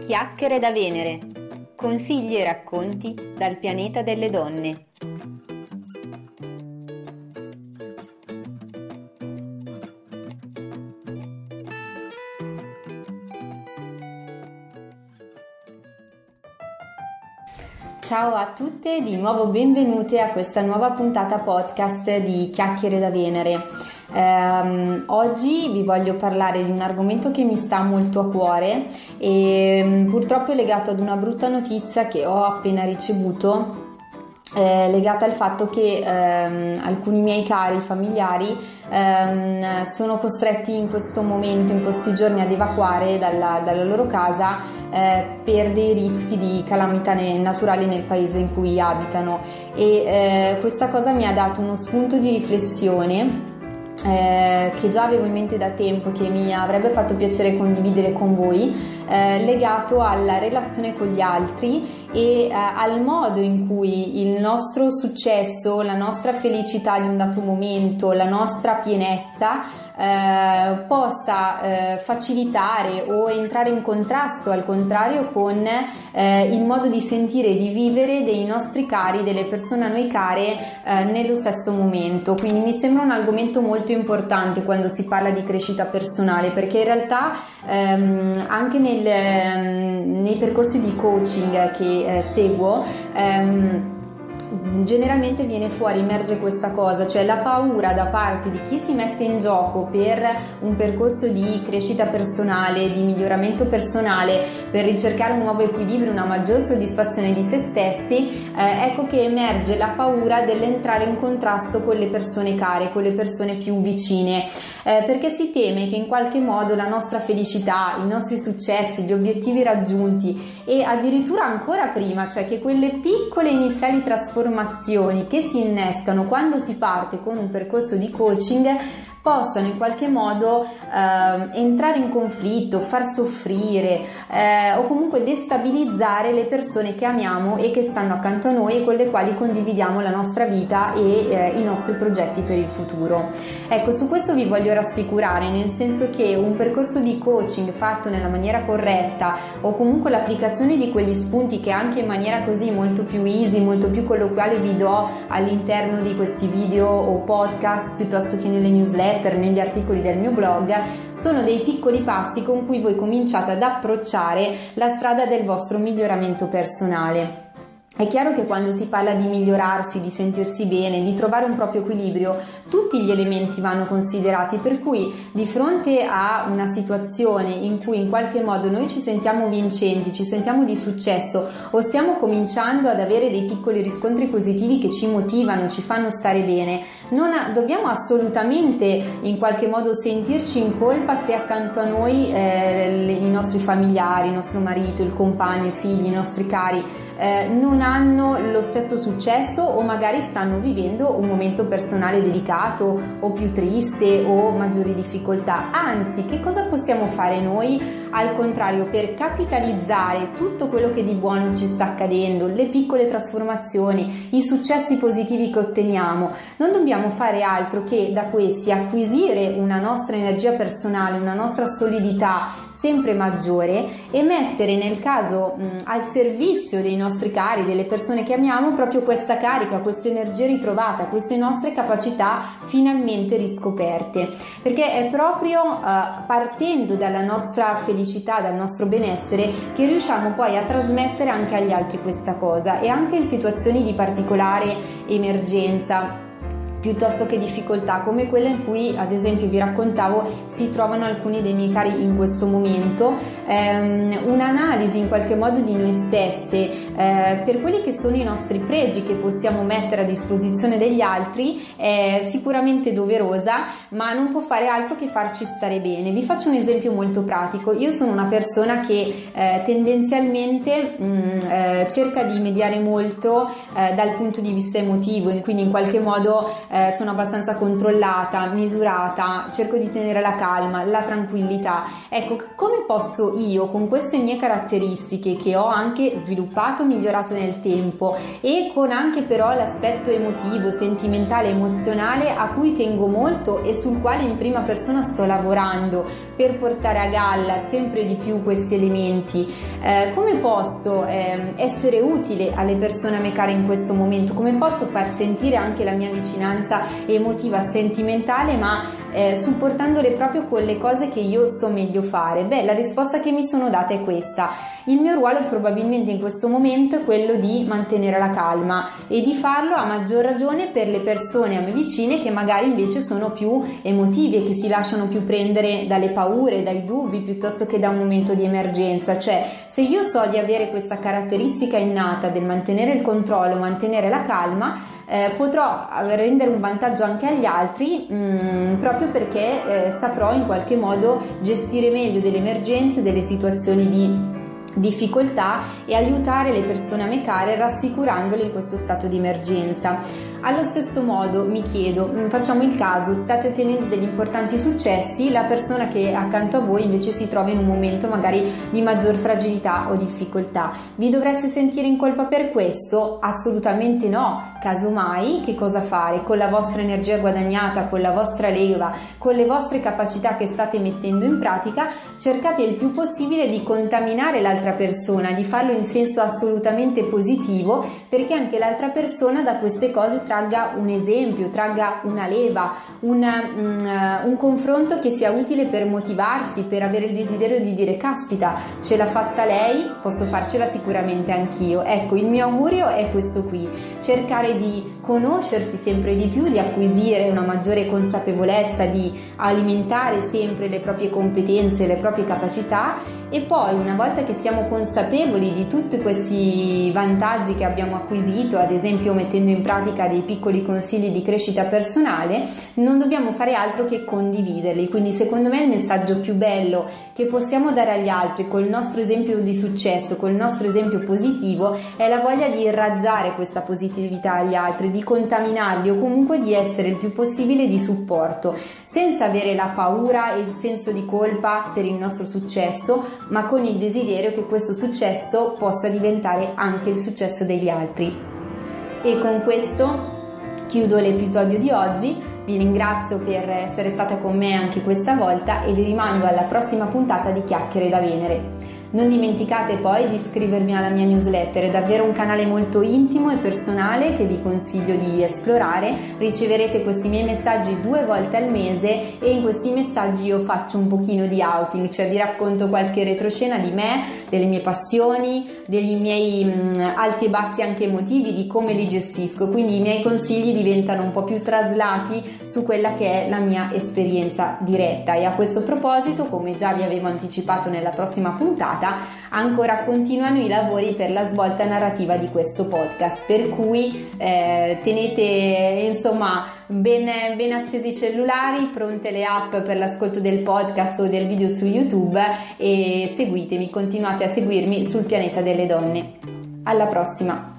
Chiacchiere da Venere. Consigli e racconti dal pianeta delle donne. Ciao a tutte, di nuovo benvenute a questa nuova puntata podcast di Chiacchiere da Venere. Oggi vi voglio parlare di un argomento che mi sta molto a cuore e purtroppo è legato ad una brutta notizia che ho appena ricevuto, legata al fatto che alcuni miei cari familiari sono costretti in questo momento, in questi giorni, ad evacuare dalla loro casa per dei rischi di calamità naturali nel paese in cui abitano, e questa cosa mi ha dato uno spunto di riflessione che già avevo in mente da tempo, che mi avrebbe fatto piacere condividere con voi, legato alla relazione con gli altri e al modo in cui il nostro successo, la nostra felicità di un dato momento, la nostra pienezza possa facilitare o entrare in contrasto, al contrario, con il modo di sentire e di vivere dei nostri cari, delle persone a noi care nello stesso momento. Quindi mi sembra un argomento molto importante quando si parla di crescita personale, perché in realtà anche nei percorsi di coaching che seguo generalmente viene fuori, emerge questa cosa, cioè la paura da parte di chi si mette in gioco per un percorso di crescita personale, di miglioramento personale, per ricercare un nuovo equilibrio, una maggior soddisfazione di se stessi. Ecco che emerge la paura dell'entrare in contrasto con le persone care, con le persone più vicine, perché si teme che in qualche modo la nostra felicità, i nostri successi, gli obiettivi raggiunti e addirittura ancora prima, cioè che quelle piccole iniziali trasformazioni che si innescano quando si parte con un percorso di coaching possano in qualche modo entrare in conflitto, far soffrire o comunque destabilizzare le persone che amiamo e che stanno accanto a noi e con le quali condividiamo la nostra vita e i nostri progetti per il futuro. Ecco, su questo vi voglio rassicurare, nel senso che un percorso di coaching fatto nella maniera corretta, o comunque l'applicazione di quegli spunti che anche in maniera così molto più easy, molto più colloquiale vi do all'interno di questi video o podcast, piuttosto che nelle newsletter, negli articoli del mio blog, sono dei piccoli passi con cui voi cominciate ad approcciare la strada del vostro miglioramento personale. È chiaro che quando si parla di migliorarsi, di sentirsi bene, di trovare un proprio equilibrio, tutti gli elementi vanno considerati, per cui di fronte a una situazione in cui in qualche modo noi ci sentiamo vincenti, ci sentiamo di successo o stiamo cominciando ad avere dei piccoli riscontri positivi che ci motivano, ci fanno stare bene, non dobbiamo assolutamente in qualche modo sentirci in colpa se accanto a noi i nostri familiari, il nostro marito, il compagno, i figli, i nostri cari non hanno lo stesso successo o magari stanno vivendo un momento personale delicato o più triste o maggiori difficoltà. Anzi, che cosa possiamo fare noi al contrario per capitalizzare tutto quello che di buono ci sta accadendo, le piccole trasformazioni, i successi positivi che otteniamo? Non dobbiamo fare altro che da questi acquisire una nostra energia personale, una nostra solidità sempre maggiore e mettere nel caso al servizio dei nostri cari, delle persone che amiamo, proprio questa carica, questa energia ritrovata, queste nostre capacità finalmente riscoperte, perché è proprio partendo dalla nostra felicità, dal nostro benessere, che riusciamo poi a trasmettere anche agli altri questa cosa, e anche in situazioni di particolare emergenza piuttosto che difficoltà come quella in cui, ad esempio, vi raccontavo, si trovano alcuni dei miei cari in questo momento. Un'analisi in qualche modo di noi stesse per quelli che sono i nostri pregi che possiamo mettere a disposizione degli altri è sicuramente doverosa, ma non può fare altro che farci stare bene. Vi faccio un esempio molto pratico. Io sono una persona che tendenzialmente cerca di mediare molto dal punto di vista emotivo, e quindi in qualche modo sono abbastanza controllata, misurata, cerco di tenere la calma, la tranquillità. Ecco, come posso io con queste mie caratteristiche che ho anche sviluppato, migliorato nel tempo e con anche però l'aspetto emotivo, sentimentale, emozionale a cui tengo molto e sul quale in prima persona sto lavorando per portare a galla sempre di più questi elementi, come posso essere utile alle persone a me care in questo momento, come posso far sentire anche la mia vicinanza emotiva, sentimentale, ma supportandole proprio con le cose che io so meglio fare? Beh, la risposta che mi sono data è questa: il mio ruolo probabilmente in questo momento è quello di mantenere la calma e di farlo a maggior ragione per le persone a me vicine che magari invece sono più emotive, che si lasciano più prendere dalle paure, dai dubbi piuttosto che da un momento di emergenza. Cioè, se io so di avere questa caratteristica innata del mantenere il controllo, mantenere la calma, potrò rendere un vantaggio anche agli altri, proprio perché saprò in qualche modo gestire meglio delle emergenze, delle situazioni di difficoltà e aiutare le persone a me care rassicurandole in questo stato di emergenza. Allo stesso modo mi chiedo, facciamo il caso, state ottenendo degli importanti successi, la persona che è accanto a voi invece si trova in un momento magari di maggior fragilità o difficoltà. Vi dovreste sentire in colpa per questo? Assolutamente no. Casomai, che cosa fare? Con la vostra energia guadagnata, con la vostra leva, con le vostre capacità che state mettendo in pratica, cercate il più possibile di contaminare l'altra persona, di farlo in senso assolutamente positivo, perché anche l'altra persona da queste cose tragga un esempio, tragga una leva, un confronto che sia utile per motivarsi, per avere il desiderio di dire: caspita, ce l'ha fatta lei, posso farcela sicuramente anch'io. Ecco, il mio augurio è questo qui: cercare di conoscersi sempre di più, di acquisire una maggiore consapevolezza, di alimentare sempre le proprie competenze, le proprie capacità, e poi una volta che siamo consapevoli di tutti questi vantaggi che abbiamo acquisito, ad esempio mettendo in pratica dei piccoli consigli di crescita personale, non dobbiamo fare altro che condividerli. Quindi secondo me il messaggio più bello che possiamo dare agli altri col nostro esempio di successo, col nostro esempio positivo, è la voglia di irraggiare questa positività agli altri, di contaminarli o comunque di essere il più possibile di supporto, senza avere la paura e il senso di colpa per il nostro successo, ma con il desiderio che questo successo possa diventare anche il successo degli altri. E con questo chiudo l'episodio di oggi. Vi ringrazio per essere stata con me anche questa volta e vi rimando alla prossima puntata di Chiacchiere da Venere. Non dimenticate poi di iscrivervi alla mia newsletter, è davvero un canale molto intimo e personale che vi consiglio di esplorare. Riceverete questi miei messaggi 2 volte al mese e in questi messaggi io faccio un pochino di outing, cioè vi racconto qualche retroscena di me, delle mie passioni, dei miei alti e bassi anche emotivi, di come li gestisco, quindi i miei consigli diventano un po' più traslati su quella che è la mia esperienza diretta. E a questo proposito, come già vi avevo anticipato nella prossima puntata, ancora continuano i lavori per la svolta narrativa di questo podcast, per cui tenete insomma ben accesi i cellulari, pronte le app per l'ascolto del podcast o del video su YouTube e seguitemi, continuate a seguirmi sul pianeta delle donne. Alla prossima!